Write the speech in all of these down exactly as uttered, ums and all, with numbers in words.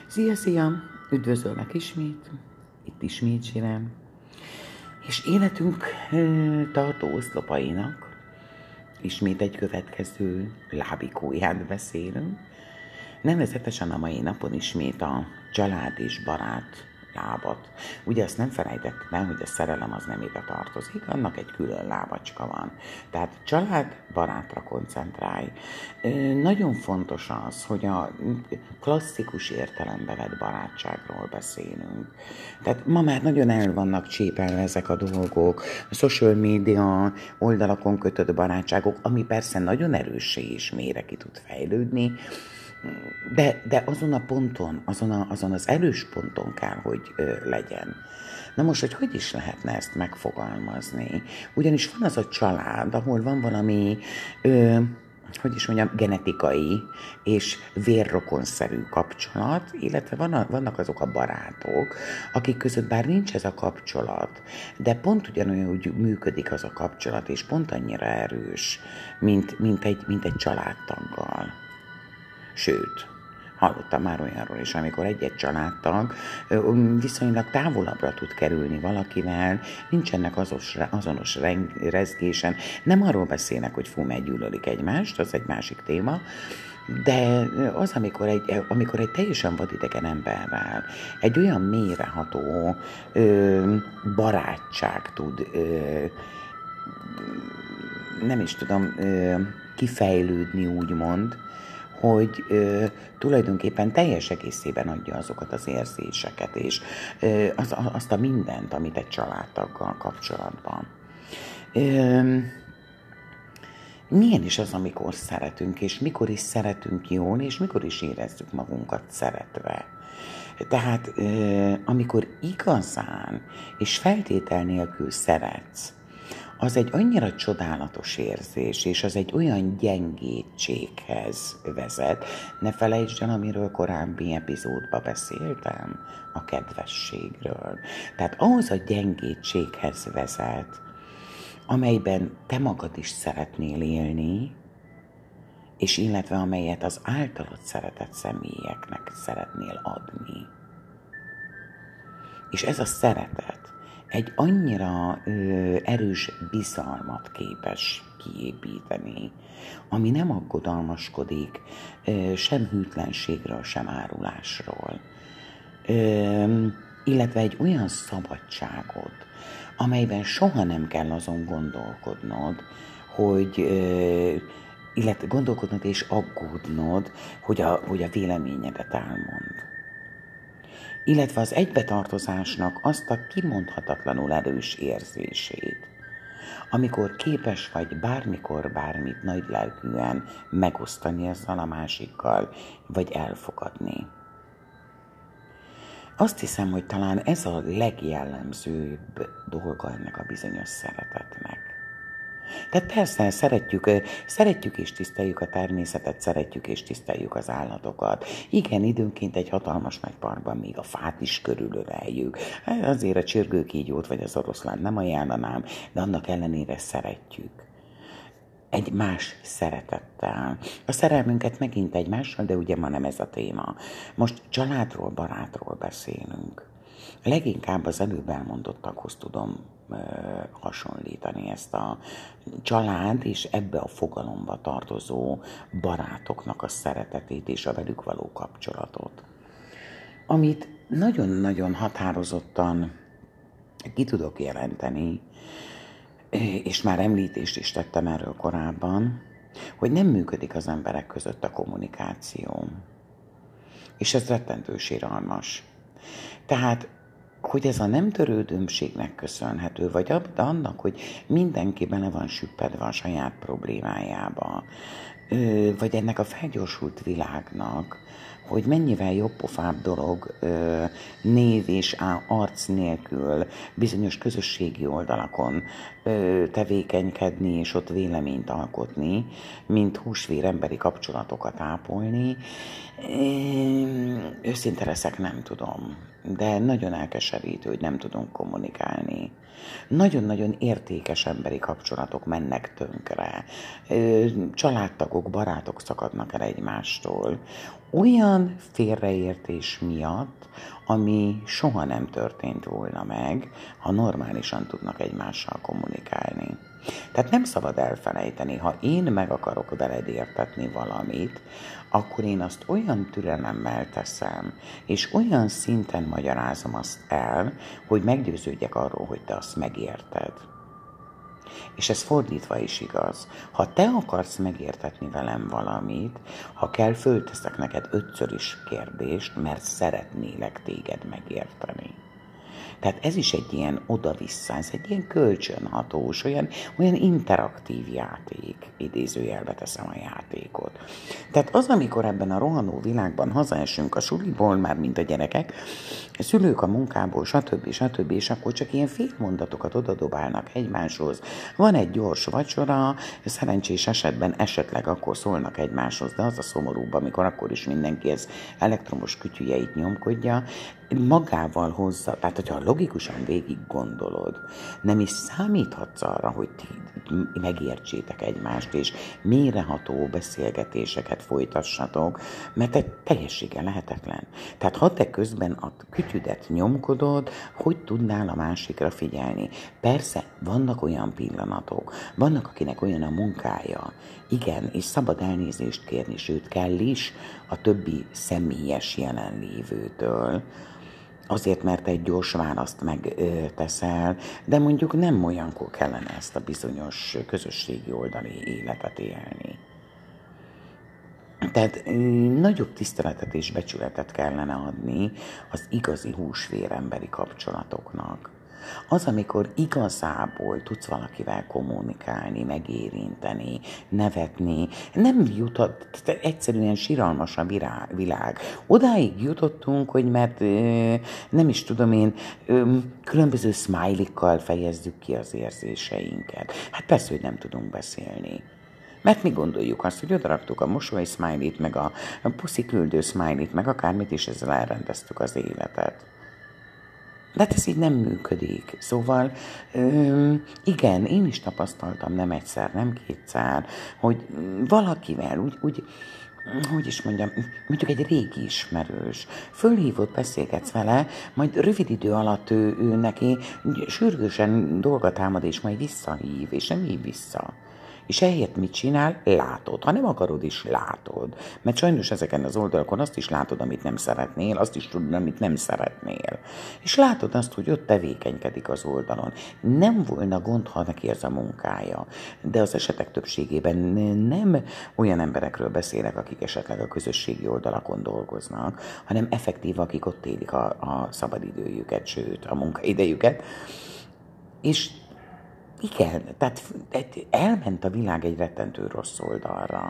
Szia, szia! Üdvözöllek ismét, itt ismét Zsirem. És életünk tartó oszlopainak ismét egy következő lábikóját beszélünk. Nevezetesen a mai napon ismét a család és barát lábat. Ugye azt nem felejtettem el, hogy a szerelem az nem ide tartozik, annak egy külön lábacska van. Tehát család, barátra koncentrálj. Nagyon fontos az, hogy a klasszikus értelembe vett barátságról beszélünk. Tehát ma már nagyon el vannak csépelve ezek a dolgok, a social media oldalakon kötött barátságok, ami persze nagyon erőssé és mélyre ki tud fejlődni, De, de azon a ponton, azon, a, azon az erős ponton kell, hogy ö, legyen. Na most, hogy hogy is lehetne ezt megfogalmazni? Ugyanis van az a család, ahol van valami, ö, hogy is mondjam, genetikai és vérrokonszerű kapcsolat, illetve van a, vannak azok a barátok, akik között bár nincs ez a kapcsolat, de pont ugyanolyan úgy működik az a kapcsolat, és pont annyira erős, mint, mint, egy, mint egy családtaggal. Sőt, hallottam már olyanról is, amikor egy-egy családtag viszonylag távolabbra tud kerülni valakivel, nincsenek azos, azonos rezgésen. Nem arról beszélnek, hogy fú, meggyűlölik egymást, az egy másik téma, de az, amikor egy, amikor egy teljesen vadidegen emberrel egy olyan mélyreható ö, barátság tud, ö, nem is tudom, ö, kifejlődni, úgymond, hogy ö, tulajdonképpen teljes egészében adja azokat az érzéseket, és ö, az, azt a mindent, amit egy családtaggal kapcsolatban. Ö, milyen is az, amikor szeretünk, és mikor is szeretünk jól, és mikor is érezzük magunkat szeretve. Tehát ö, amikor igazán és feltétel nélkül szeretsz, az egy annyira csodálatos érzés, és az egy olyan gyengétséghez vezet. Ne felejtsd el, amiről korábbi epizódban beszéltem, a kedvességről. Tehát ahhoz a gyengétséghez vezet, amelyben te magad is szeretnél élni, és illetve amelyet az általad szeretett személyeknek szeretnél adni. És ez a szeretet egy annyira ö, erős bizalmat képes kiépíteni, ami nem aggodalmaskodik ö, sem hűtlenségről, sem árulásról. Ö, illetve egy olyan szabadságot, amelyben soha nem kell azon gondolkodnod, hogy ö, illetve gondolkodnod és aggódnod, hogy a, hogy a véleményedet elmond. Illetve az egybetartozásnak azt a kimondhatatlanul erős érzését, amikor képes vagy bármikor bármit nagylelkűen megosztani ezzel a másikkal, vagy elfogadni. Azt hiszem, hogy talán ez a legjellemzőbb dolga ennek a bizonyos szeretetnek. Tehát persze szeretjük, szeretjük és tiszteljük a természetet, szeretjük és tiszteljük az állatokat. Igen, időnként egy hatalmas nagy parkban még a fát is körülöleljük. Azért a csörgőkígyót vagy az oroszlánt nem ajánlanám, de annak ellenére szeretjük. Egy más szeretettel. A szerelmünket megint egymással, de ugye ma nem ez a téma. Most családról, barátról beszélünk. Leginkább az előbb elmondottakhoz tudom ö, hasonlítani ezt a család és ebbe a fogalomba tartozó barátoknak a szeretetét és a velük való kapcsolatot. Amit nagyon-nagyon határozottan ki tudok jelenteni, és már említést is tettem erről korábban, hogy nem működik az emberek között a kommunikáció. És ez rettentő siralmas. Tehát, hogy ez a nem törődömségnek köszönhető, vagy annak, hogy mindenki bele van süppedve a saját problémájába, vagy ennek a felgyorsult világnak, hogy mennyivel jobb pofább dolog név és arc nélkül bizonyos közösségi oldalakon tevékenykedni és ott véleményt alkotni, mint húsvér emberi kapcsolatokat ápolni. Én őszinte leszek, nem tudom, de nagyon elkeserítő, hogy nem tudunk kommunikálni. Nagyon-nagyon értékes emberi kapcsolatok mennek tönkre. Ö, Családtagok, barátok szakadnak el egymástól. Olyan félreértés miatt, ami soha nem történt volna meg, ha normálisan tudnak egymással kommunikálni. Tehát nem szabad elfelejteni, ha én meg akarok veled értetni valamit, akkor én azt olyan türelemmel teszem, és olyan szinten magyarázom azt el, hogy meggyőződjek arról, hogy te azt megérted. És ez fordítva is igaz. Ha te akarsz megértetni velem valamit, ha kell, fölteszek neked ötször is kérdést, mert szeretnélek téged megérteni. Tehát ez is egy ilyen oda-vissza, ez egy ilyen kölcsönhatós, olyan, olyan interaktív játék, idézőjelbe teszem a játékot. Tehát az, amikor ebben a rohanó világban hazaesünk a suliból, már mint a gyerekek, szülők a munkából, stb. stb. És akkor csak ilyen félmondatokat odadobálnak egymáshoz. Van egy gyors vacsora, szerencsés esetben esetleg akkor szólnak egymáshoz, de az a szomorúbb, amikor akkor is mindenki ez elektromos kütyüjeit nyomkodja, magával hozza, tehát hogyha logikusan végig gondolod, nem is számíthatsz arra, hogy ti megértsétek egymást, és mélyreható beszélgetéseket folytassatok, mert egy teljességgel lehetetlen. Tehát ha te közben a kütyüdet nyomkodod, hogy tudnál a másikra figyelni? Persze, vannak olyan pillanatok, vannak akinek olyan a munkája, igen, és szabad elnézést kérni, sőt kell is a többi személyes jelenlévőtől, azért, mert egy gyors választ megteszel, de mondjuk nem olyankor kellene ezt a bizonyos közösségi oldali életet élni. Tehát nagyobb tiszteletet és becsületet kellene adni az igazi húsvér emberi kapcsolatoknak. Az, amikor igazából tudsz valakivel kommunikálni, megérinteni, nevetni, nem jutott, egyszerűen siralmas a világ. Odáig jutottunk, hogy mert nem is tudom én, különböző smiley-kkal fejezzük ki az érzéseinket. Hát persze, hogy nem tudunk beszélni. Mert mi gondoljuk azt, hogy odaraktuk a mosoly smiley-t, meg a puszi küldő smiley-t, meg akármit, és ezzel elrendeztük az életet. De hát ez így nem működik. Szóval öm, igen, én is tapasztaltam nem egyszer, nem kétszer, hogy valakivel úgy, úgy hogy is mondjam, mondjuk egy régi ismerős, fölhívott, beszélgetsz vele, majd rövid idő alatt ő, ő neki sürgősen dolgot támad, és majd visszahív, és nem hív vissza. És ehelyett mit csinál? Látod. Ha nem akarod is, látod. Mert sajnos ezeken az oldalakon azt is látod, amit nem szeretnél, azt is tudod, amit nem szeretnél. És látod azt, hogy ott tevékenykedik az oldalon. Nem volna gond, ha neki ez a munkája. De az esetek többségében nem olyan emberekről beszélek, akik esetleg a közösségi oldalakon dolgoznak, hanem effektív, akik ott élik a, a szabadidőjüket, sőt, a munkaidejüket. És igen, tehát elment a világ egy rettentő rossz oldalra.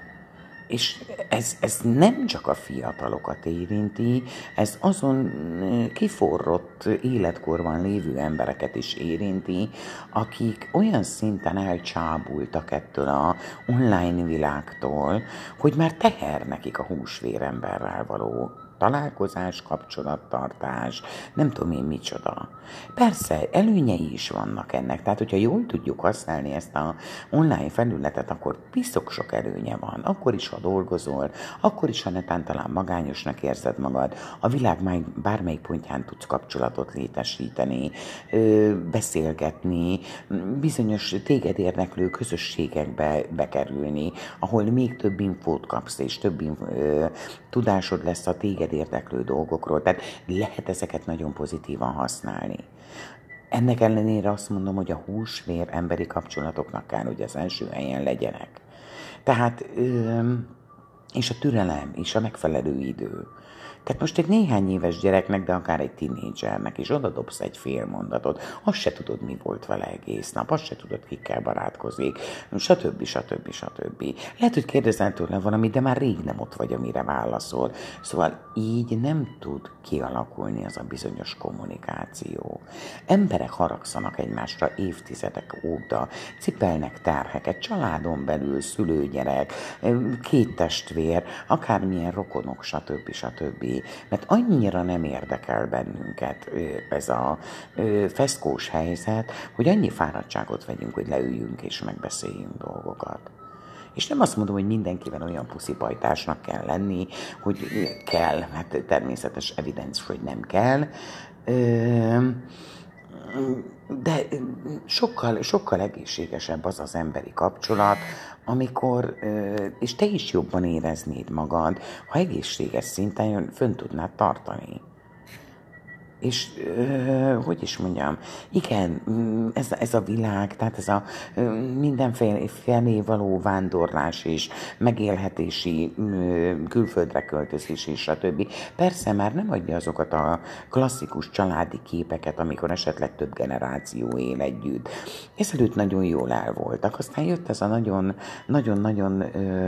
És ez, ez nem csak a fiatalokat érinti, ez azon kiforrott életkorban lévő embereket is érinti, akik olyan szinten elcsábultak ettől a online világtól, hogy már teher nekik a húsvéremberrel való találkozás, kapcsolattartás, nem tudom én micsoda. Persze, előnyei is vannak ennek, tehát hogyha jól tudjuk használni ezt a online felületet, akkor piszok sok előnye van. Akkor is, ha dolgozol, akkor is, ha netán talán magányosnak érzed magad, a világ bármelyik pontján tudsz kapcsolatot létesíteni, beszélgetni, bizonyos téged érdeklő közösségekbe bekerülni, ahol még több infót kapsz, és több tudásod lesz a téged érdeklő dolgokról, tehát lehet ezeket nagyon pozitívan használni. Ennek ellenére azt mondom, hogy a húsvér emberi kapcsolatoknak kell, hogy az első helyen legyenek. Tehát, és a türelem, és a megfelelő idő. Tehát most egy néhány éves gyereknek, de akár egy tinédzsernek is odadobsz egy fél mondatot, azt se tudod, mi volt vele egész nap, azt se tudod, kikkel barátkozik, stb. stb. stb. Lehet, hogy kérdezel tőle valamit, de már rég nem ott vagy, amire válaszol. Szóval így nem tud kialakulni az a bizonyos kommunikáció. Emberek haragszanak egymásra évtizedek óta, cipelnek terheket, családon belül szülőgyerek, két testvér, testvér, akármilyen rokonok, stb. stb. Mert annyira nem érdekel bennünket ez a feszkós helyzet, hogy annyi fáradtságot vegyünk, hogy leüljünk és megbeszéljünk dolgokat. És nem azt mondom, hogy mindenkivel olyan puszipajtásnak kell lenni, hogy kell, hát természetes evidence, hogy nem kell, de sokkal, sokkal egészségesebb az az emberi kapcsolat, amikor, és te is jobban éreznéd magad, ha egészséges szinten fönn tudnád tartani. És, hogy is mondjam, igen, ez, ez a világ, tehát ez a mindenfelé való vándorlás és megélhetési, külföldre költözés és stb. Persze már nem adja azokat a klasszikus családi képeket, amikor esetleg több generáció él együtt. Ezelőtt nagyon jól el voltak, aztán jött ez a nagyon-nagyon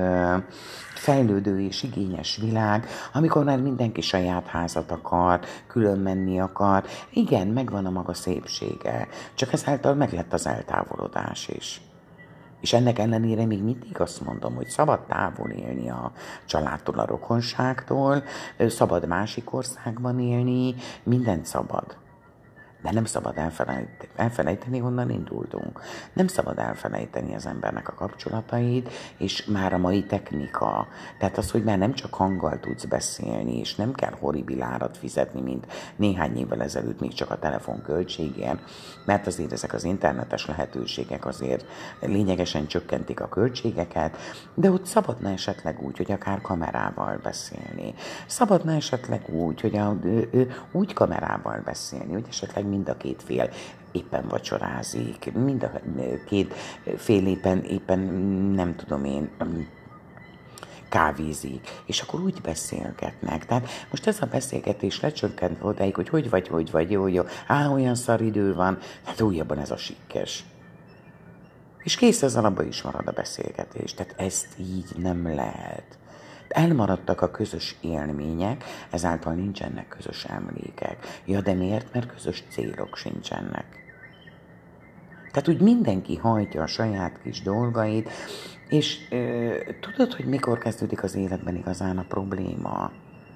fejlődő és igényes világ, amikor már mindenki saját házat akar, külön menni akar. Igen, megvan a maga szépsége, csak ezáltal meglett az eltávolodás is. És ennek ellenére még mindig azt mondom, hogy szabad távol élni a családtól, a rokonságtól, szabad másik országban élni, mindent szabad. De nem szabad elfelejteni, elfelejteni, honnan indultunk. Nem szabad elfelejteni az embernek a kapcsolatait, és már a mai technika, tehát az, hogy már nem csak hanggal tudsz beszélni, és nem kell horribil árat fizetni, mint néhány évvel ezelőtt még csak a telefon költségén, mert azért ezek az internetes lehetőségek azért lényegesen csökkentik a költségeket, de ott szabadna esetleg úgy, hogy akár kamerával beszélni. Szabadna esetleg úgy, hogy a, úgy kamerával beszélni, hogy esetleg mind a két fél éppen vacsorázik, mind a két fél éppen, éppen nem tudom én, kávézik, és akkor úgy beszélgetnek. Tehát most ez a beszélgetés lecsökkent odáig, hogy hogy vagy, hogy vagy, jó, jó, á, olyan szar idő van, hát újabban ez a sikkes. És kész, az alapban is marad a beszélgetés. Tehát ezt így nem lehet. Elmaradtak a közös élmények, ezáltal nincsenek közös emlékek. Ja, de miért? Mert közös célok sincsenek. Tehát úgy mindenki hajtja a saját kis dolgait, és ö, tudod, hogy mikor kezdődik az életben igazán a probléma?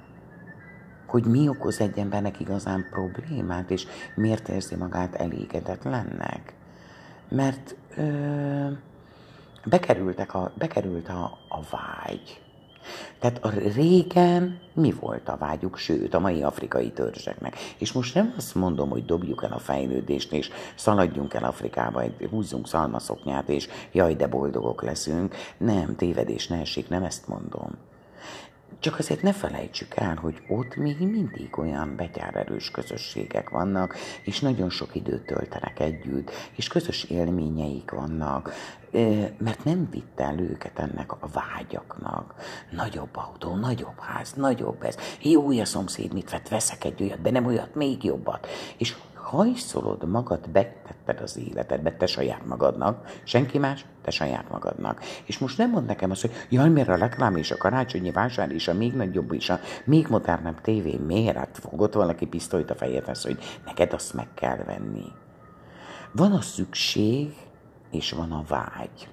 Hogy mi okoz egy embernek igazán problémát, és miért érzi magát elégedetlennek? Mert ö, bekerültek a, bekerült a, a vágy. Tehát a régen mi volt a vágyuk, sőt, a mai afrikai törzseknek. És most nem azt mondom, hogy dobjuk el a fejlődést, és szaladjunk el Afrikába, húzzunk szalmaszoknyát, és jaj, de boldogok leszünk. Nem, tévedés ne essék, nem ezt mondom. Csak azért ne felejtsük el, hogy ott még mindig olyan betyárerős közösségek vannak, és nagyon sok időt töltenek együtt, és közös élményeik vannak, mert nem vitte el őket ennek a vágyaknak. Nagyobb autó, nagyobb ház, nagyobb ez. Jó, a szomszéd mit vett, veszek egy olyat, de nem olyat, még jobbat. És hajszolod magad, betetted az életedbe, te saját magadnak, senki más, te saját magadnak. És most nem mond nekem azt, hogy jaj, mert a reklám és a karácsonyi vásár és a még nagyobb és a még modernebb tévé, miért? Hát fogott valaki pisztolyt a fejedhez, hogy neked azt meg kell venni. Van a szükség, és van a vágy.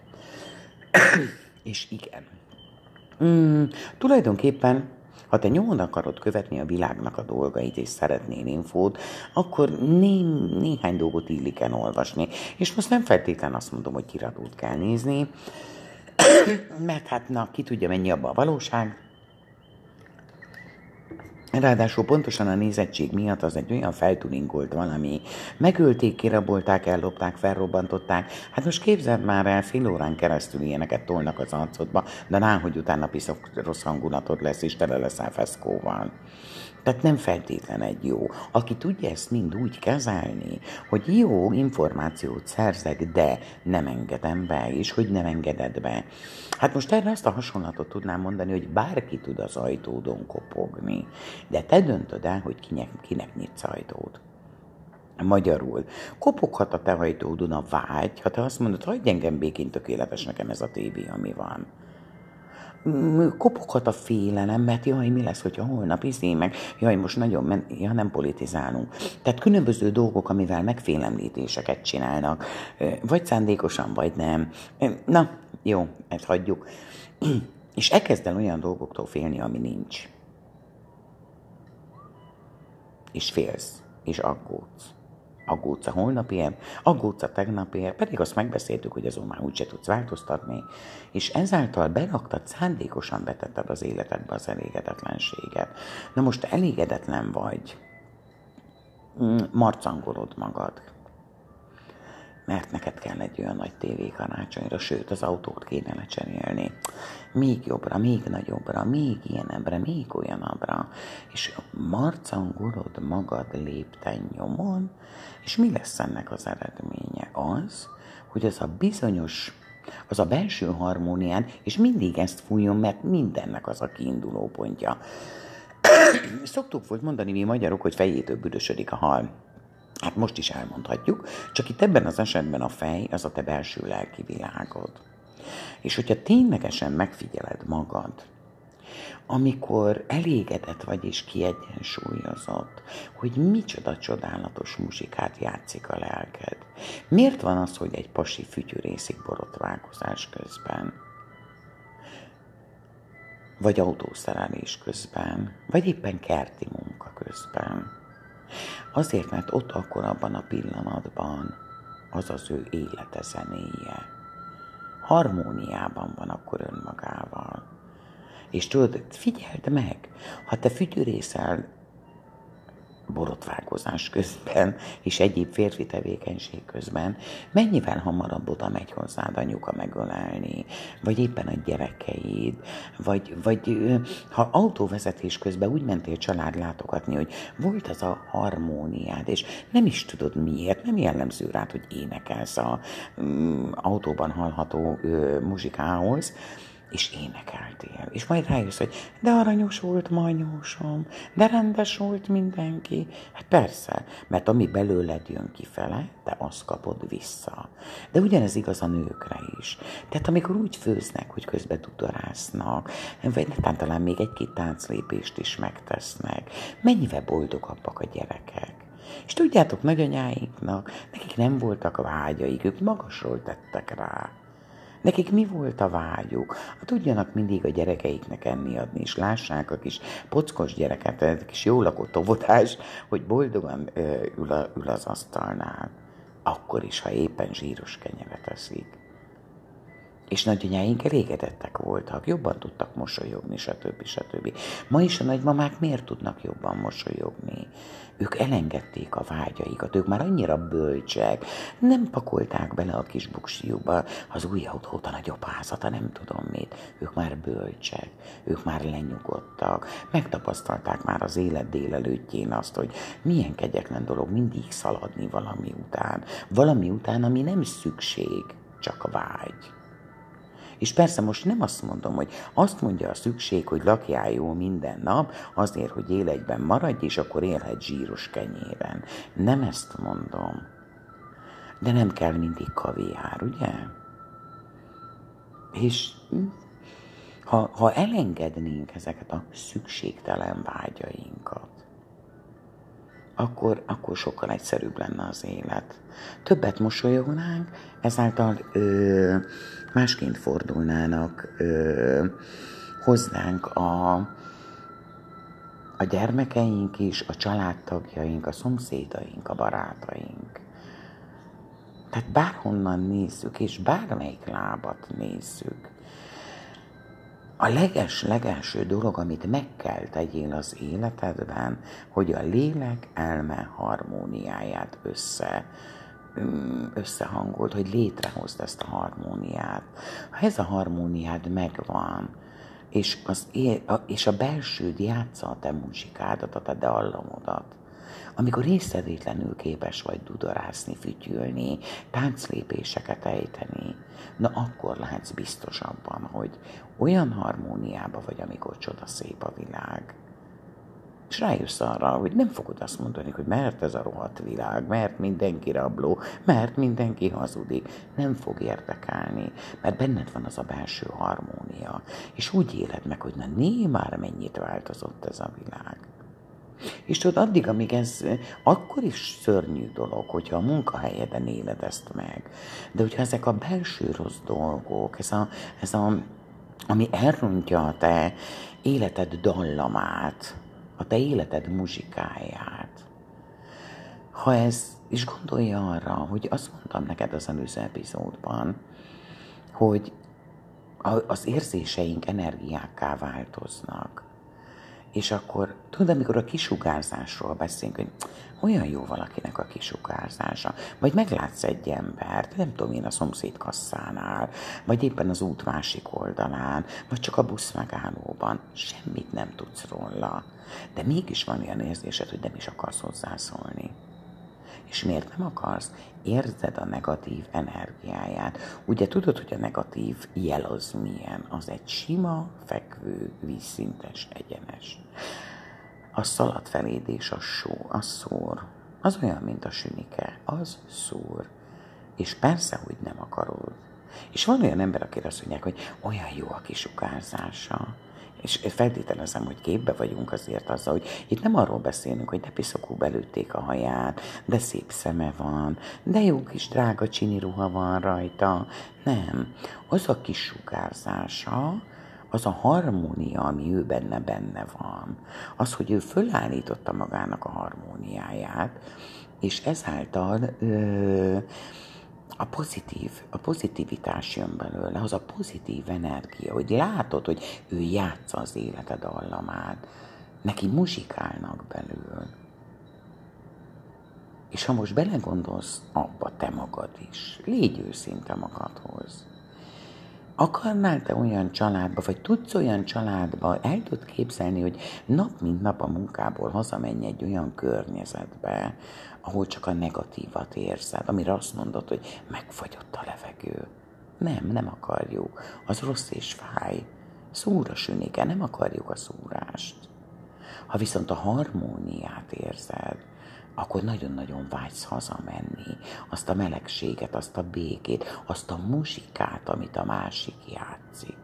És igen. Mm, tulajdonképpen ha te nyomon akarod követni a világnak a dolgait, és szeretnél infót, akkor né- néhány dolgot illik el olvasni. És most nem feltétlenül azt mondom, hogy kiradót kell nézni, mert hát na, ki tudja, mennyi abban a valóság. Ráadásul pontosan a nézettség miatt az egy olyan feltuningolt valami. Megölték, kirabolták, ellopták, felrobbantották. Hát most képzeld már el, fél órán keresztül ilyeneket tolnak az arcodba, de ná, hogy utána piszok rossz hangulatod lesz, és tele leszel feszkóval. Tehát nem feltétlen egy jó. Aki tudja ezt mind úgy kezelni, hogy jó információt szerzek, de nem engedem be, és hogy nem engeded be. Hát most erre azt a hasonlatot tudnám mondani, hogy bárki tud az ajtódon kopogni, de te döntöd el, hogy kinek, kinek nyitsz ajtót. Magyarul, kopoghat a te ajtódon a vágy, ha te azt mondod, hagyj engem békén, tökéletes nekem ez a tévé, ami van. Kopoghat a félelem, mert jaj, mi lesz, hogyha holnap izé meg, jaj, most nagyon, men- ja, nem politizálunk. Tehát különböző dolgok, amivel megfélemlítéseket csinálnak, vagy szándékosan, vagy nem. Na, jó, ezt hagyjuk. És elkezd el olyan dolgoktól félni, ami nincs. És félsz, és aggódsz. Aggódsz a holnapiért, aggódsz a tegnapiért, pedig azt megbeszéltük, hogy azon már úgyse tudsz változtatni, és ezáltal beraktad, szándékosan betetted az életedbe az elégedetlenséget. Na most elégedetlen vagy, marcangolod magad, mert neked kell egy olyan nagy tévé karácsonyra, sőt, az autót kéne lecserélni. Még jobbra, még nagyobbra, még ilyenebbre, még olyanabbra. És marcangolod magad lépten nyomon, és mi lesz ennek az eredménye? Az, hogy az a bizonyos, az a belső harmónián, és mindig ezt fújjon, mert mindennek az a kiinduló pontja. Szoktuk volt mondani mi magyarok, hogy fejétől büdösödik a hal. Hát most is elmondhatjuk, csak itt ebben az esetben a fej az a te belső lelki világod. És hogyha ténylegesen megfigyeled magad, amikor elégedett vagy és kiegyensúlyozott, hogy micsoda csodálatos muzsikát játszik a lelked. Miért van az, hogy egy pasi fütyűrészik borotválkozás közben? Vagy autószerelés közben? Vagy éppen kerti munka közben? Azért, mert ott akkor abban a pillanatban az az ő élete zenéje. Harmóniában van akkor önmagával. És tudod, figyeld meg, ha te fütyűrészel borotválkozás közben, és egyéb férfi tevékenység közben, mennyivel hamarabb oda megy hozzád anyuka megölelni, vagy éppen a gyerekeid, vagy, vagy ha autóvezetés közben úgy mentél család látogatni, hogy volt az a harmóniád, és nem is tudod miért, nem jellemző rád, hogy énekelsz az um, autóban hallható uh, muzsikához, és énekeltél. És majd rájössz, hogy de aranyos volt Manyósom, de rendes volt mindenki. Hát persze, mert ami belőled jön kifele, te azt kapod vissza. De ugyanez igaz a nőkre is. Tehát amikor úgy főznek, hogy közben tudorásznak, vagy netán talán még egy-két tánclépést is megtesznek, mennyivel boldogabbak a gyerekek. És tudjátok, nagyanyáinknak, nekik nem voltak vágyaik, ők magasról tettek rá. Nekik mi volt a vágyuk? Tudjanak mindig a gyerekeiknek enni adni, és lássák a kis pockos gyereket, a kis jól lakott óvodás, hogy boldogan ö, ül, a, ül az asztalnál. Akkor is, ha éppen zsíros kenyeret eszik. És nagyanyáink elégedettek voltak, jobban tudtak mosolyogni, stb. stb. Ma is a nagymamák miért tudnak jobban mosolyogni? Ők elengedték a vágyaikat, ők már annyira bölcsek, nem pakolták bele a kis buksijukba az új autót, a nagyobb házat, a nem tudom mit. Ők már bölcsek, ők már lenyugodtak, megtapasztalták már az élet délelőttjén azt, hogy milyen kegyetlen dolog mindig szaladni valami után. Valami után, ami nem szükség, csak vágy. És persze most nem azt mondom, hogy azt mondja a szükség, hogy lakjál jó minden nap, azért, hogy életben maradj, és akkor élhet zsíros kenyéren. Nem ezt mondom. De nem kell mindig kaviár, ugye? És ha, ha elengednénk ezeket a szükségtelen vágyainkat, akkor, akkor sokkal egyszerűbb lenne az élet. Többet mosolyognánk, ezáltal ö, másként fordulnának ö, hozzánk a, a gyermekeink is, a családtagjaink, a szomszédaink, a barátaink. Tehát bárhonnan nézzük, és bármelyik lábat nézzük, a leges-legelső dolog, amit meg kell tegyél az életedben, hogy a lélek elme harmóniáját össze, összehangold, hogy létrehozd ezt a harmóniát. Ha ez a harmóniád megvan, és, az, és a belsőd játsza a te muzsikádat, a te dallamodat, amikor észrevétlenül képes vagy dudorászni, fütyülni, tánclépéseket ejteni, na akkor lehetsz biztosabban, hogy olyan harmóniában vagy, amikor csodaszép a világ. És rájössz arra, hogy nem fogod azt mondani, hogy mert ez a rohadt világ, mert mindenki rabló, mert mindenki hazudik. Nem fog érdekelni, mert benned van az a belső harmónia. És úgy éled meg, hogy na né már mennyit változott ez a világ. És tudod, addig, amíg ez akkor is szörnyű dolog, hogyha a munkahelyeden éled ezt meg. De hogyha ezek a belső rossz dolgok, ez a, ez a ami elrontja a te életed dallamát, a te életed muzsikáját. Ha ez, és gondolj arra, hogy azt mondtam neked az előző epizódban, hogy az érzéseink energiákká változnak. És akkor, tudod, amikor a kisugárzásról beszélünk, hogy olyan jó valakinek a kisugárzása, vagy meglátsz egy embert, nem tudom én, a szomszéd kasszánál, vagy éppen az út másik oldalán, vagy csak a busz megállóban, semmit nem tudsz róla. De mégis van olyan érzésed, hogy nem is akarsz hozzászólni. És miért nem akarsz? Érzed a negatív energiáját. Ugye tudod, hogy a negatív jel az milyen? Az egy sima, fekvő, vízszintes, egyenes. A szalad feléd és a só, az szór. Az olyan, mint a sünike. Az szúr. És persze, hogy nem akarod. És van olyan ember, akire azt mondják, hogy olyan jó a kisugárzása. És feltételezem, hogy képbe vagyunk azért azzal, hogy itt nem arról beszélünk, hogy de piszokú belőtték a haját, de szép szeme van, de jó kis drága csini ruha van rajta. Nem. Az a kis sugárzása, az a harmónia, ami ő benne benne van. Az, hogy ő fölállította magának a harmóniáját, és ezáltal ö, a pozitív, a pozitivitás jön belőle, az a pozitív energia, hogy látod, hogy ő játsza az életed dallamát, neki muzsikálnak belül. És ha most belegondolsz abba te magad is, légy őszinte magadhoz. Akarnál te olyan családba, vagy tudsz olyan családba, el tudod képzelni, hogy nap mint nap a munkából hazamenj egy olyan környezetbe, ahol csak a negatívat érzed, amire azt mondod, hogy megfagyott a levegő. Nem, nem akarjuk. Az rossz és fáj. Szúr a sünike, nem akarjuk a szúrást. Ha viszont a harmóniát érzed, akkor nagyon-nagyon vágysz hazamenni. Azt a melegséget, azt a békét, azt a muzsikát, amit a másik játszik.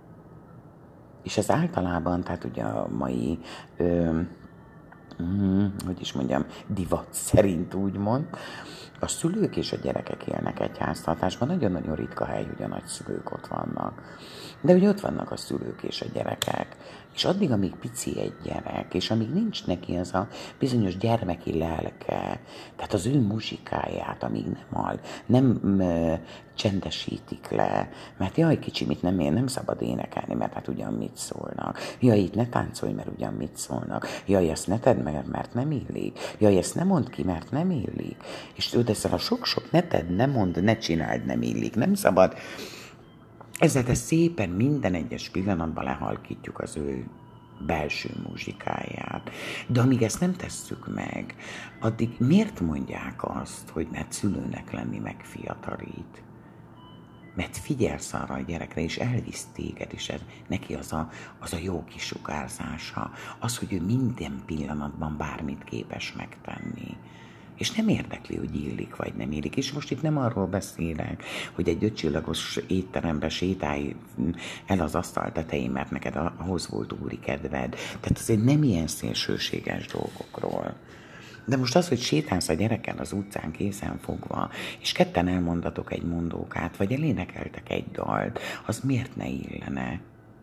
És ez általában, tehát ugye a mai, ö, mm, hogy is mondjam, divat szerint úgymond, a szülők és a gyerekek élnek egy háztartásban. Nagyon-nagyon ritka hely, hogy a nagyszülők ott vannak. De ugye ott vannak a szülők és a gyerekek. És addig, amíg pici egy gyerek, és amíg nincs neki az a bizonyos gyermeki lelke, tehát az ő muzsikáját, amíg nem hal, nem ö, csendesítik le, mert jaj, kicsi, mit nem ér, nem szabad énekelni, mert hát ugyan mit szólnak. Jaj, itt ne táncolj, mert ugyan mit szólnak. Jaj, ezt ne tedd meg, mert nem illik. Jaj, ezt ne mondd ki, mert nem illik. És tudod, ezzel a sok-sok ne tedd, ne mondd, ne csináld, nem illik, nem szabad. Ezzel te szépen minden egyes pillanatban lehalkítjuk az ő belső muzsikáját. De amíg ezt nem tesszük meg, addig miért mondják azt, hogy mert szülőnek lenni megfiatalít? Mert figyelsz arra a gyerekre, és elvisz téged, és ez, neki az a, az a jó kisugárzása, az, hogy ő minden pillanatban bármit képes megtenni. És nem érdekli, hogy illik vagy nem illik. És most itt nem arról beszélek, hogy egy ötcsillagos étterembe sétálj el az asztal tetején, mert neked ahhoz volt úri kedved. Tehát azért nem ilyen szélsőséges dolgokról. De most az, hogy sétálsz a gyerekkel az utcán kézen fogva, és ketten elmondatok egy mondókát, vagy elénekeltek egy dalt, az miért ne illene?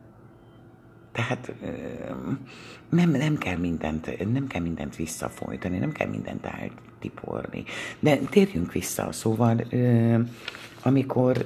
Tehát nem, nem, kell mindent, nem kell mindent visszafolytani, nem kell mindent eltiporni. De térjünk vissza, szóval amikor,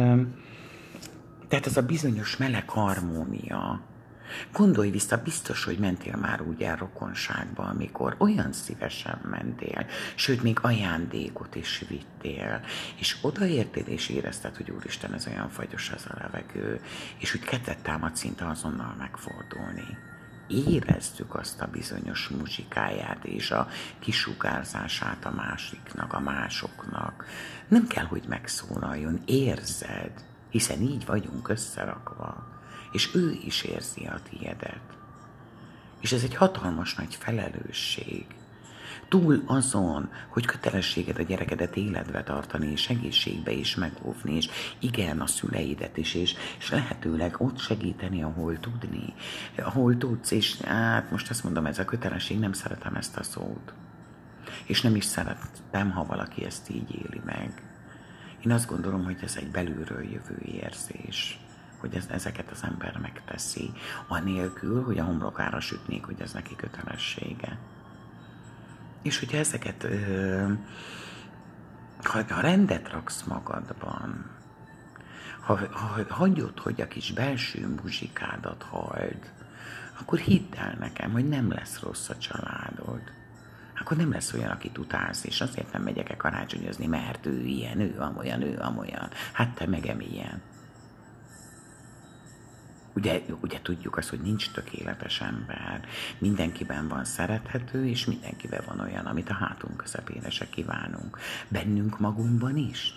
tehát az a bizonyos meleg harmónia, gondolj vissza, biztos, hogy mentél már úgy el rokonságba, amikor olyan szívesen mentél, sőt, még ajándékot is vittél, és odaértél és érezted, hogy úristen, ez olyan fagyos ez a levegő, és úgy kedvet támad szinte azonnal megfordulni. Érezzük azt a bizonyos muzsikáját és a kisugárzását a másiknak, a másoknak. Nem kell, hogy megszólaljon, érzed, hiszen így vagyunk összerakva. És ő is érzi a tiédet. És ez egy hatalmas nagy felelősség. Túl azon, hogy kötelességed a gyerekedet életbe tartani, és egészségbe is megóvni, és igen, a szüleidet is, és, és lehetőleg ott segíteni, ahol tudni, ahol tudsz, és hát most azt mondom, ez a kötelesség, nem szeretem ezt a szót. És nem is szeretem, ha valaki ezt így éli meg. Én azt gondolom, hogy ez egy belülről jövő érzés, hogy ez, ezeket az ember megteszi, anélkül, hogy a homlokára sütnék, hogy ez neki kötelessége. És hogyha ezeket, ö, ha, ha rendet raksz magadban, ha, ha hagyod, hogy a kis belső muzsikádat halld, akkor hidd el nekem, hogy nem lesz rossz a családod. Akkor nem lesz olyan, akit utálsz, és azért nem megyek-e karácsonyozni, mert ő ilyen, ő amolyan, ő amolyan. Hát te meg emilyen. Ugye, ugye tudjuk azt, hogy nincs tökéletes ember. Mindenkiben van szerethető, és mindenkiben van olyan, amit a hátunk közepére se kívánunk. Bennünk magunkban is.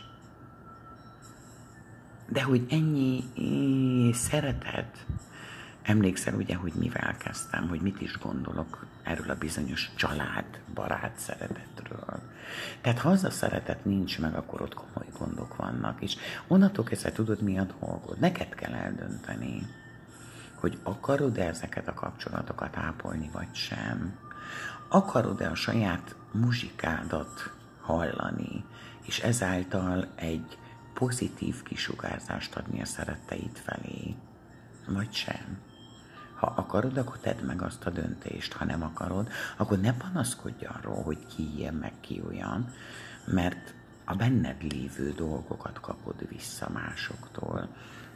De hogy ennyi szeretet, emlékszel ugye, hogy mivel kezdtem, hogy mit is gondolok erről a bizonyos család-barát szeretetről. Tehát ha az a szeretet nincs meg, akkor ott komoly gondok vannak, és onnantól kezdve tudod, mi a dolgod. Neked kell eldönteni, hogy akarod-e ezeket a kapcsolatokat ápolni, vagy sem. Akarod-e a saját muzsikádat hallani, és ezáltal egy pozitív kisugárzást adni a szeretteid felé, vagy sem. Ha akarod, akkor tedd meg azt a döntést. Ha nem akarod, akkor ne panaszkodj arról, hogy ki ilyen, meg ki olyan, mert a benned lévő dolgokat kapod vissza másoktól.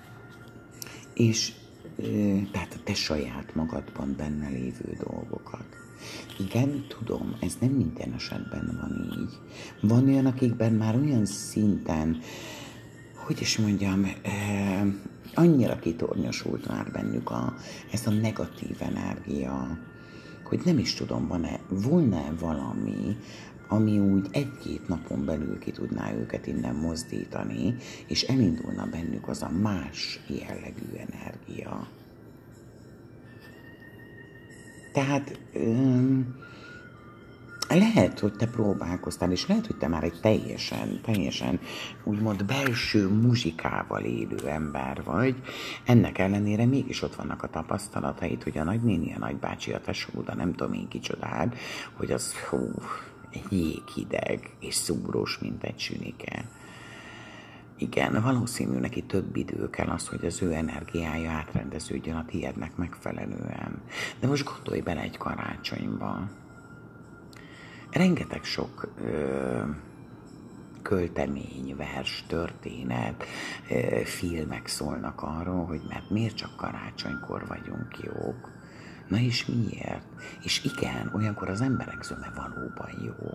És tehát a te saját magadban benne lévő dolgokat. Igen, tudom, ez nem minden esetben van így. Van olyan, akikben már olyan szinten, hogy is mondjam, eh, annyira kitornyosult már bennük a, ez a negatív energia, hogy nem is tudom, van-e, volna valami, ami úgy egy-két napon belül ki tudná őket innen mozdítani, és elindulna bennük az a más jellegű energia. Tehát öm, lehet, hogy te próbálkoztál, és lehet, hogy te már egy teljesen, teljesen úgymond belső muzsikával élő ember vagy. Ennek ellenére mégis ott vannak a tapasztalataid, hogy a nagynéni, a nagybácsi, a tesód, a nem tudom én kicsodád, hogy az hú, jéghideg és szúrós, mint egy sünike. Igen, valószínű neki több idő kell az, hogy az ő energiája átrendeződjön a tiédnek megfelelően. De most gondolj bele egy karácsonyba. Rengeteg sok ö, költemény, vers, történet, ö, filmek szólnak arról, hogy mert miért csak karácsonykor vagyunk jók. Na és miért? És igen, olyankor az emberek zöme valóban jó.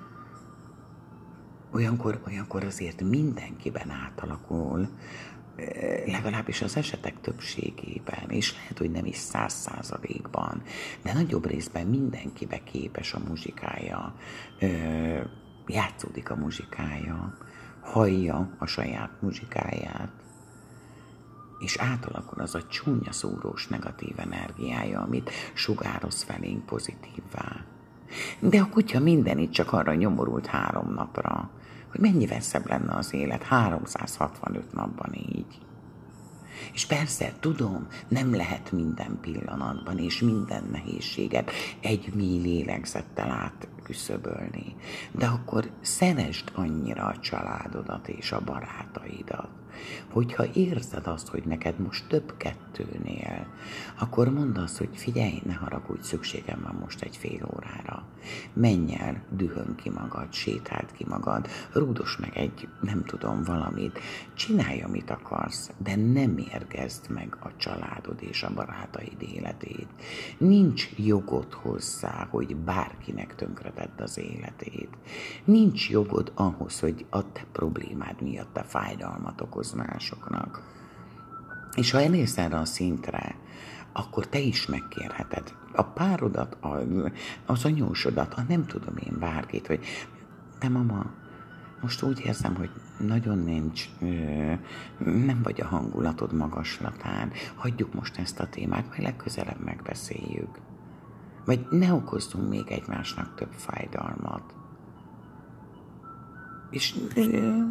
Olyankor, olyankor azért mindenkiben átalakul, legalábbis az esetek többségében, és lehet, hogy nem is száz százalékban, de nagyobb részben mindenkibe képes a muzsikája, játszódik a muzsikája, hallja a saját muzsikáját, és átalakul az a csúnya szúrós negatív energiája, amit sugároz felénk pozitívvá. De a kutya mindenit csak arra nyomorult három napra, hogy mennyivel szebb lenne az élet háromszázhatvanöt napban így. És persze, tudom, nem lehet minden pillanatban és minden nehézséget egy mély lélegzettel átküszöbölni, de akkor szeresd annyira a családodat és a barátaidat, hogyha érzed azt, hogy neked most több kettőnél, akkor mondd azt, hogy figyelj, ne haragudj, szükségem van most egy fél órára. Menj el, dühön ki magad, sétáld ki magad, rúdos meg egy, nem tudom, valamit, csinálj, amit akarsz, de nem mérgezd meg a családod és a barátaid életét. Nincs jogod hozzá, hogy bárkinek tönkretedd az életét. Nincs jogod ahhoz, hogy a te problémád miatt a fájdalmat okoz másoknak. És ha elérsz erre a szintre, akkor te is megkérheted a párodat, a, az anyósodat, a nem tudom én bárkit, hogy te mama, most úgy érzem, hogy nagyon nincs, nem vagy a hangulatod magaslatán, hagyjuk most ezt a témát, majd legközelebb megbeszéljük. Vagy ne okozzunk még egymásnak több fájdalmat. És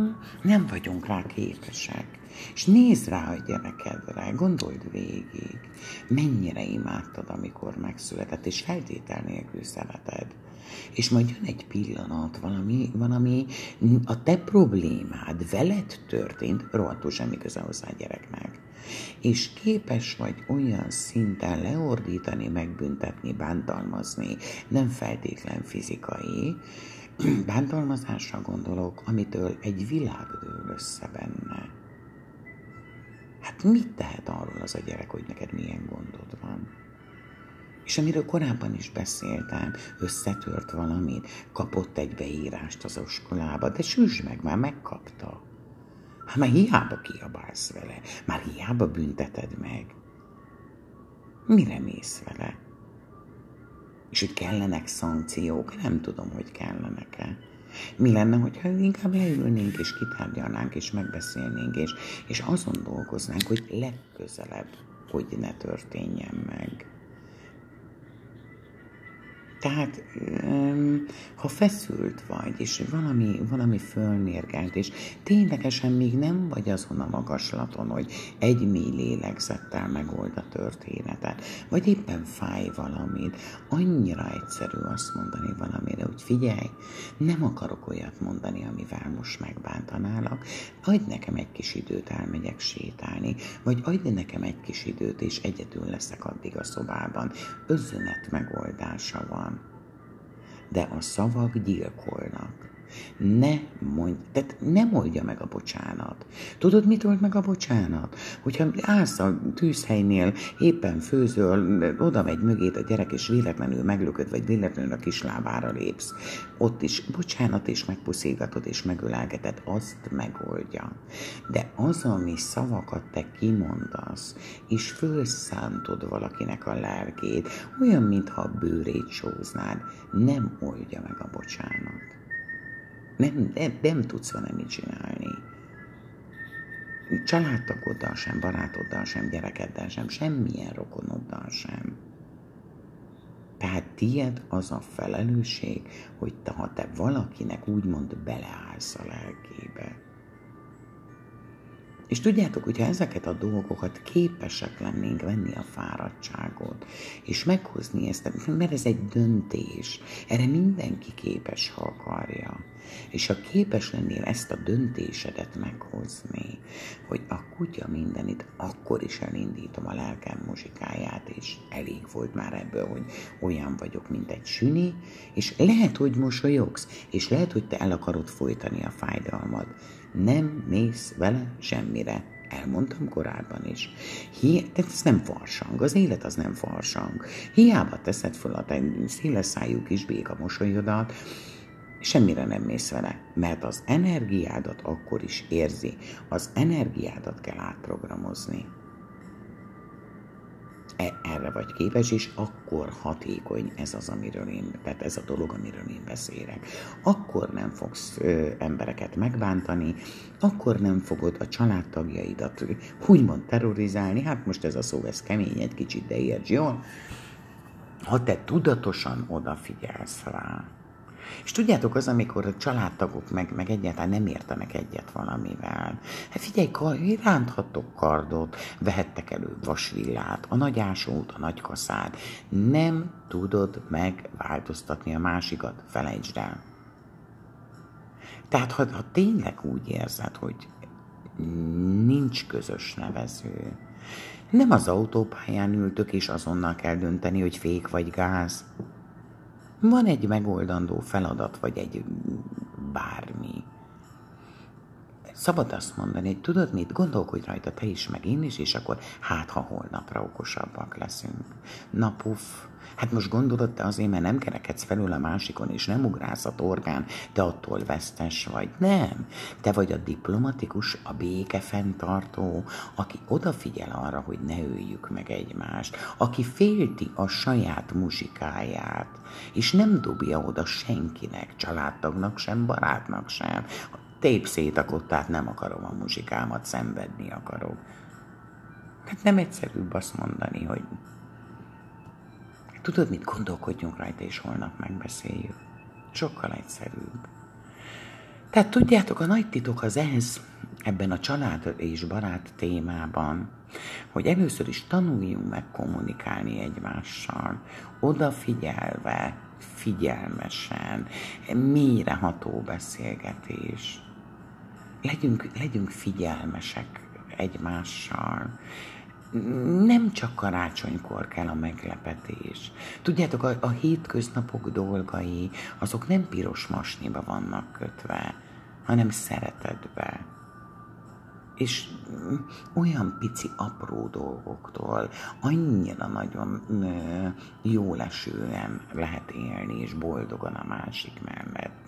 nem vagyunk rá képesek. És nézd rá a gyerekedre, gondold végig, mennyire imádtad, amikor megszületett, és feltétel nélkül szereted. És majd jön egy pillanat, valami, valami a te problémád veled történt, rohadtul semmi köze hozzá a gyereknek. És képes vagy olyan szinten leordítani, megbüntetni, bántalmazni, nem feltétlen fizikai, bántalmazásra gondolok, amitől egy világ dől össze benne. Hát mit tehet arról az a gyerek, hogy neked milyen gondod van? És amiről korábban is beszéltem, összetört valamit, kapott egy beírást az iskolába, de süsd meg, már megkapta. Hát már hiába kiabálsz vele, már hiába bünteted meg. Mire mész vele? És hogy kellenek szankciók, nem tudom, hogy kellenek-e. Mi lenne, hogyha inkább leülnénk, és kitárgyalnánk, és megbeszélnénk, és, és azon dolgoznánk, hogy legközelebb, hogy ne történjen meg. Tehát, ha feszült vagy, és valami, valami fölmérgelt, és ténylegesen még nem vagy azon a magaslaton, hogy egy mély lélegzettel megold a történetet, vagy éppen fáj valamit, annyira egyszerű azt mondani valamire, hogy figyelj, nem akarok olyat mondani, amivel most megbántanálak, adj nekem egy kis időt, elmegyek sétálni, vagy adj nekem egy kis időt, és egyedül leszek addig a szobában. Özönet megoldása van. De a szavak gyilkolnak. Ne mondj, tehát nem oldja meg a bocsánat. Tudod, mit old meg a bocsánat? Hogyha állsz a tűzhelynél, éppen főzöl, oda megy mögét a gyerek, és véletlenül meglököd, vagy véletlenül a kislábára lépsz. Ott is bocsánat, és megpuszígatod, és megölelgeted, azt megoldja. De az, ami szavakat te kimondasz, és fölszántod valakinek a lelkét, olyan, mintha a bőrét sóznád, nem oldja meg a bocsánat. Nem, nem, nem tudsz vele mit csinálni. Családtagoddal sem, barátoddal sem, gyerekeddel sem, semmilyen rokonoddal sem. Tehát tied az a felelősség, hogy te, ha te valakinek úgymond beleállsz a lelkébe. És tudjátok, hogyha ezeket a dolgokat képesek lennénk venni a fáradtságot, és meghozni ezt, mert ez egy döntés, erre mindenki képes, ha akarja. És ha képes lennél ezt a döntésedet meghozni, hogy a kutya mindenit, akkor is elindítom a lelkem muzsikáját, és elég volt már ebből, hogy olyan vagyok, mint egy süni, és lehet, hogy mosolyogsz, és lehet, hogy te el akarod folytani a fájdalmad. Nem mész vele semmire. Elmondtam korábban is. Hi- Tehát ez nem farsang, az élet az nem farsang. Hiába teszed föl a te széles szájú kis béka mosolyodat, semmire nem mész vele, mert az energiádat akkor is érzi. Az energiádat kell átprogramozni. Erre vagy képes, és akkor hatékony ez az, amiről én, tehát ez a dolog, amiről én beszélek. Akkor nem fogsz ö, embereket megbántani, akkor nem fogod a családtagjaidat úgymond terrorizálni, hát most ez a szó, ez kemény egy kicsit, de értsd jól, ha te tudatosan odafigyelsz rá. És tudjátok, az, amikor a családtagok meg, meg egyáltalán nem értenek egyet valamivel. Hát figyelj, ránthattok kardot, vehettek elő vasvillát, a nagy ásót, a nagy kaszát. Nem tudod megváltoztatni a másikat, felejtsd el. Tehát, ha, ha tényleg úgy érzed, hogy nincs közös nevező, nem az autópályán ültök, és azonnal kell dönteni, hogy fék vagy gáz. Van egy megoldandó feladat, vagy egy bármi. Szabad azt mondani, hogy tudod mit, gondolkodj rajta te is, meg én is, és akkor hát, ha holnapra okosabbak leszünk. Na puff, hát most gondolod te azért, mert nem kerekedsz felül a másikon, és nem ugrálsz a torkán, te attól vesztes vagy. Nem, te vagy a diplomatikus, a békefenntartó, aki odafigyel arra, hogy ne öljük meg egymást, aki félti a saját muzsikáját, és nem dobja oda senkinek, családtagnak sem, barátnak sem. Tép szét a kottát, nem akarom a muzsikámat, szenvedni akarok. Hát nem egyszerűbb azt mondani, hogy tudod mit, gondolkodjunk rajta, és holnap megbeszéljük. Sokkal egyszerűbb. Tehát tudjátok, a nagy titok az ez, ebben a család és barát témában, hogy először is tanuljunk meg kommunikálni egymással, odafigyelve, figyelmesen, mélyreható beszélgetés. Legyünk, legyünk figyelmesek egymással. Nem csak karácsonykor kell a meglepetés. Tudjátok, a, a hétköznapok dolgai, azok nem piros masniba vannak kötve, hanem szeretetbe. És olyan pici apró dolgoktól annyira nagyon jól esően lehet élni, és boldogan a másik mellett.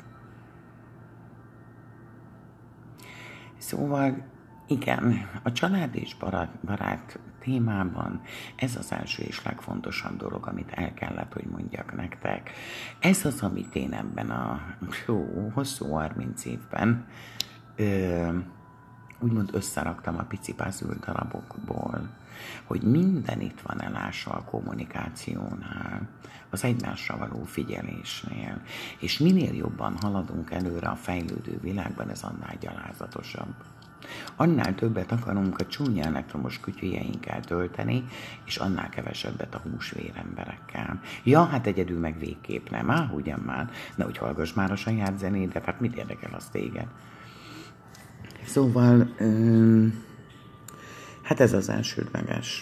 Szóval igen, a család és barát, barát témában ez az első és legfontosabb dolog, amit el kellett, hogy mondjak nektek. Ez az, amit én ebben a jó, hosszú harminc évben ö, úgymond összeraktam a pici puzzle darabokból, hogy minden itt van elássa a kommunikációnál, az egymásra való figyelésnél, és minél jobban haladunk előre a fejlődő világban, ez annál gyalázatosabb. Annál többet akarunk a csúnya elektromos kütyüjeinkkel tölteni, és annál kevesebbet a húsvéremberekkel. Ja, hát egyedül meg végképp nem, á, ugyan már, de hogy hallgass már a saját zenédet, hát mit érdekel az téged? Szóval, um, hát ez az elsődleges.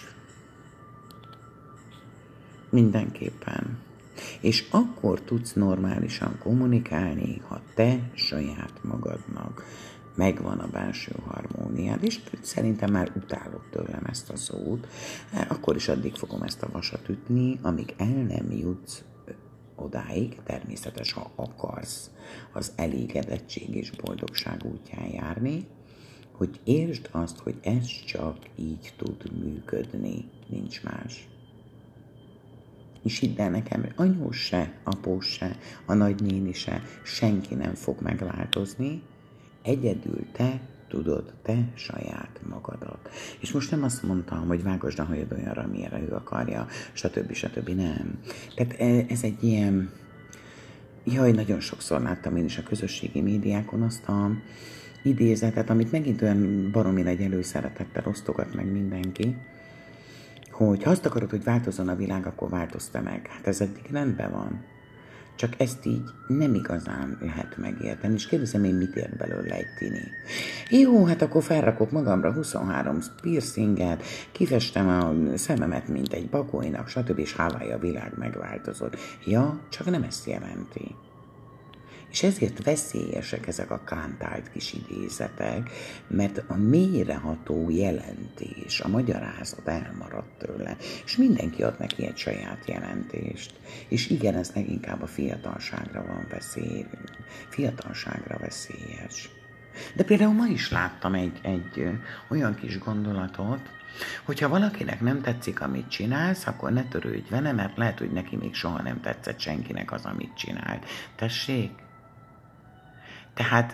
Mindenképpen. És akkor tudsz normálisan kommunikálni, ha te saját magadnak megvan a belső harmóniád, és szerintem már utálod tőlem ezt a szót, akkor is addig fogom ezt a vasat ütni, amíg el nem jutsz odáig, természetes, ha akarsz az elégedettség és boldogság útján járni, hogy értsd azt, hogy ez csak így tud működni, nincs más. És hidd el nekem, anyós se, após se, a nagynéni se, senki nem fog megváltozni, egyedül te tudod, te saját magadat. És most nem azt mondtam, hogy vágasd a hajad olyanra, amilyenre ő akarja, stb. stb. Nem. Tehát ez egy ilyen, jaj, nagyon sokszor láttam én is a közösségi médiákon azt a idézetet, amit megint olyan baromi nagy előszeretettel osztogat meg mindenki, hogy ha azt akarod, hogy változzon a világ, akkor változta meg. Hát ez eddig rendben van. Csak ezt így nem igazán lehet megérteni, és kérdezem én, mit ért belőle egy tini. Jó, hát akkor felrakok magamra huszonhárom piercinget, kifestem a szememet, mint egy bagolynak, stb. És hálája a világ megváltozott. Ja, csak nem ezt jelenti. És ezért veszélyesek ezek a kántált kis idézetek, mert a mélyreható jelentés, a magyarázat elmaradt tőle, és mindenki ad neki egy saját jelentést. És igen, ez leginkább a fiatalságra van veszély, fiatalságra veszélyes. De például ma is láttam egy, egy olyan kis gondolatot, hogyha valakinek nem tetszik, amit csinálsz, akkor ne törődj vele, mert lehet, hogy neki még soha nem tetszett senkinek az, amit csinált. Tessék? Tehát,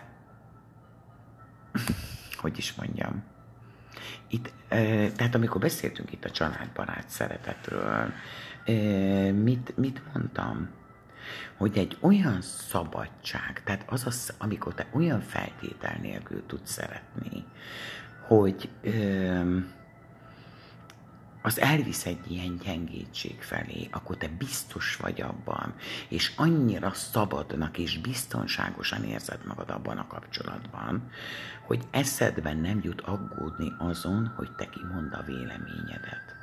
hogy is mondjam, itt, e, tehát amikor beszéltünk itt a családbarát szeretetről, e, mit, mit mondtam? Hogy egy olyan szabadság, tehát az az, amikor te olyan feltétel nélkül tudsz szeretni, hogy e, az elvisz egy ilyen gyengétség felé, akkor te biztos vagy abban, és annyira szabadnak és biztonságosan érzed magad abban a kapcsolatban, hogy eszedben nem jut aggódni azon, hogy te kimond a véleményedet.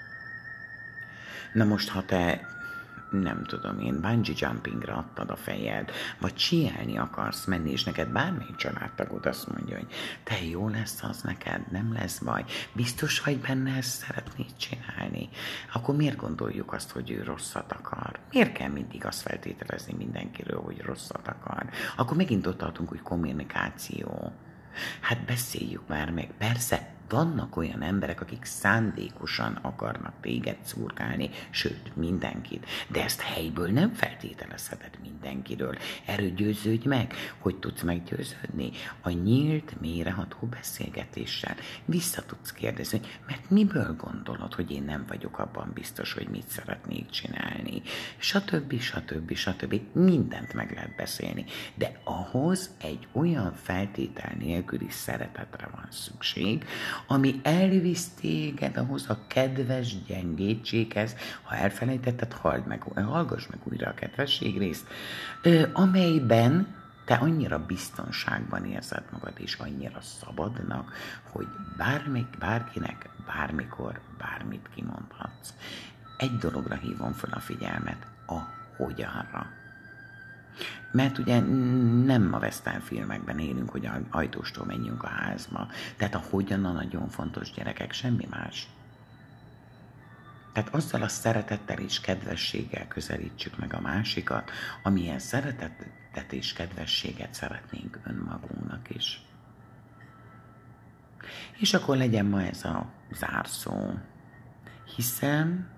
Na most, ha te, nem tudom én, bungee jumpingra adtad a fejed, vagy síelni akarsz menni, és neked bármelyik családtagod azt mondja, hogy te jó lesz az neked, nem lesz baj, biztos vagy benne, ezt szeretnéd csinálni, akkor miért gondoljuk azt, hogy ő rosszat akar? Miért kell mindig azt feltételezni mindenkiről, hogy rosszat akar? Akkor megint ott tartunk, hogy kommunikáció. Hát beszéljük már meg, persze, vannak olyan emberek, akik szándékosan akarnak téged szurkálni, sőt, mindenkit. De ezt helyből nem feltételezheted mindenkiről. Erről győződj meg, hogy tudsz meggyőződni. A nyílt, mélyreható beszélgetéssel vissza tudsz kérdezni, mert miből gondolod, hogy én nem vagyok abban biztos, hogy mit szeretnék csinálni. beszélni, stb. stb. stb. Mindent meg lehet beszélni, de ahhoz egy olyan feltétel nélküli szeretetre van szükség, ami elvisz téged ahhoz a kedves gyengétséghez, ha elfelejtetted, halld meg, hallgass meg újra a kedvesség részt, amelyben te annyira biztonságban érzed magad, és annyira szabadnak, hogy bármi, bárkinek, bármikor, bármit kimondhatsz. Egy dologra hívom fel a figyelmet, a hogyanra. Mert ugye nem a western filmekben élünk, hogy ajtóstól menjünk a házba. Tehát a hogyan a nagyon fontos, gyerekek, semmi más. Tehát azzal a szeretettel és kedvességgel közelítsük meg a másikat, amilyen szeretetet és kedvességet szeretnénk önmagunknak is. És akkor legyen ma ez a zárszó. Hiszem,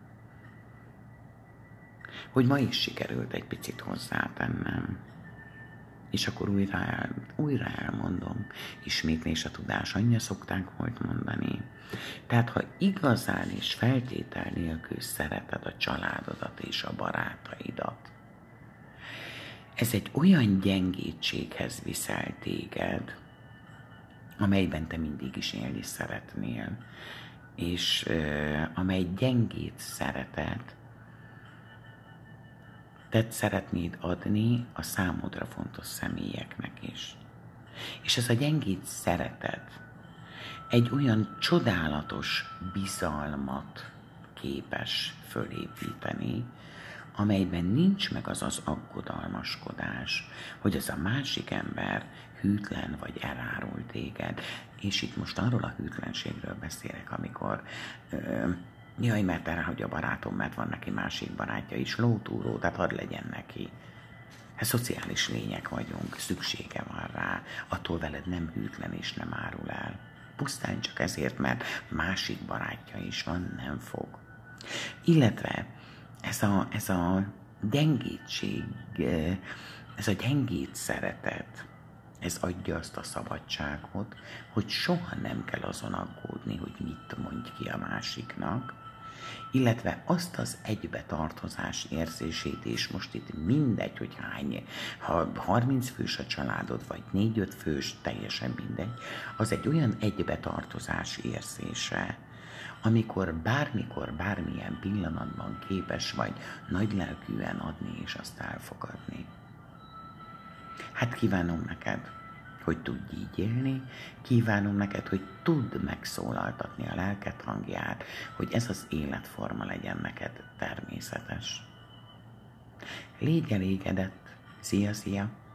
hogy ma is sikerült egy picit hozzátennem. És akkor újra, el, újra elmondom, ismétlés a tudás anyja, szokták volt mondani. Tehát ha igazán és feltétel nélkül szereted a családodat és a barátaidat, ez egy olyan gyengétséghez viszel téged, amelyben te mindig is élni szeretnél, és uh, amely gyengét szeretet, te szeretnéd adni a számodra fontos személyeknek is. És ez a gyengét szeretet egy olyan csodálatos bizalmat képes fölépíteni, amelyben nincs meg az az aggodalmaskodás, hogy az a másik ember hűtlen vagy elárul téged. És itt most arról a hűtlenségről beszélek, amikor ö, jaj, mert elhagyja a barátom, mert van neki másik barátja is, lótúró, tehát hadd legyen neki. Hát szociális lények vagyunk, szüksége van rá, attól veled nem hűtlen és nem árul el. Pusztán csak ezért, mert másik barátja is van, nem fog. Illetve ez a, ez a gyengétség, ez a gyengét szeretet, ez adja azt a szabadságot, hogy soha nem kell azon aggódni, hogy mit mondj ki a másiknak, illetve azt az egybetartozás érzését, és most itt mindegy, hogy hány, ha harminc fős a családod, vagy négy-öt fős, teljesen mindegy, az egy olyan egybetartozás érzése, amikor bármikor, bármilyen pillanatban képes vagy nagylelkűen adni és azt elfogadni. Hát kívánom neked, hogy tudj így élni, kívánom neked, hogy tudd megszólaltatni a lelked hangját, hogy ez az életforma legyen neked természetes. Légy elégedett. Szia, szia!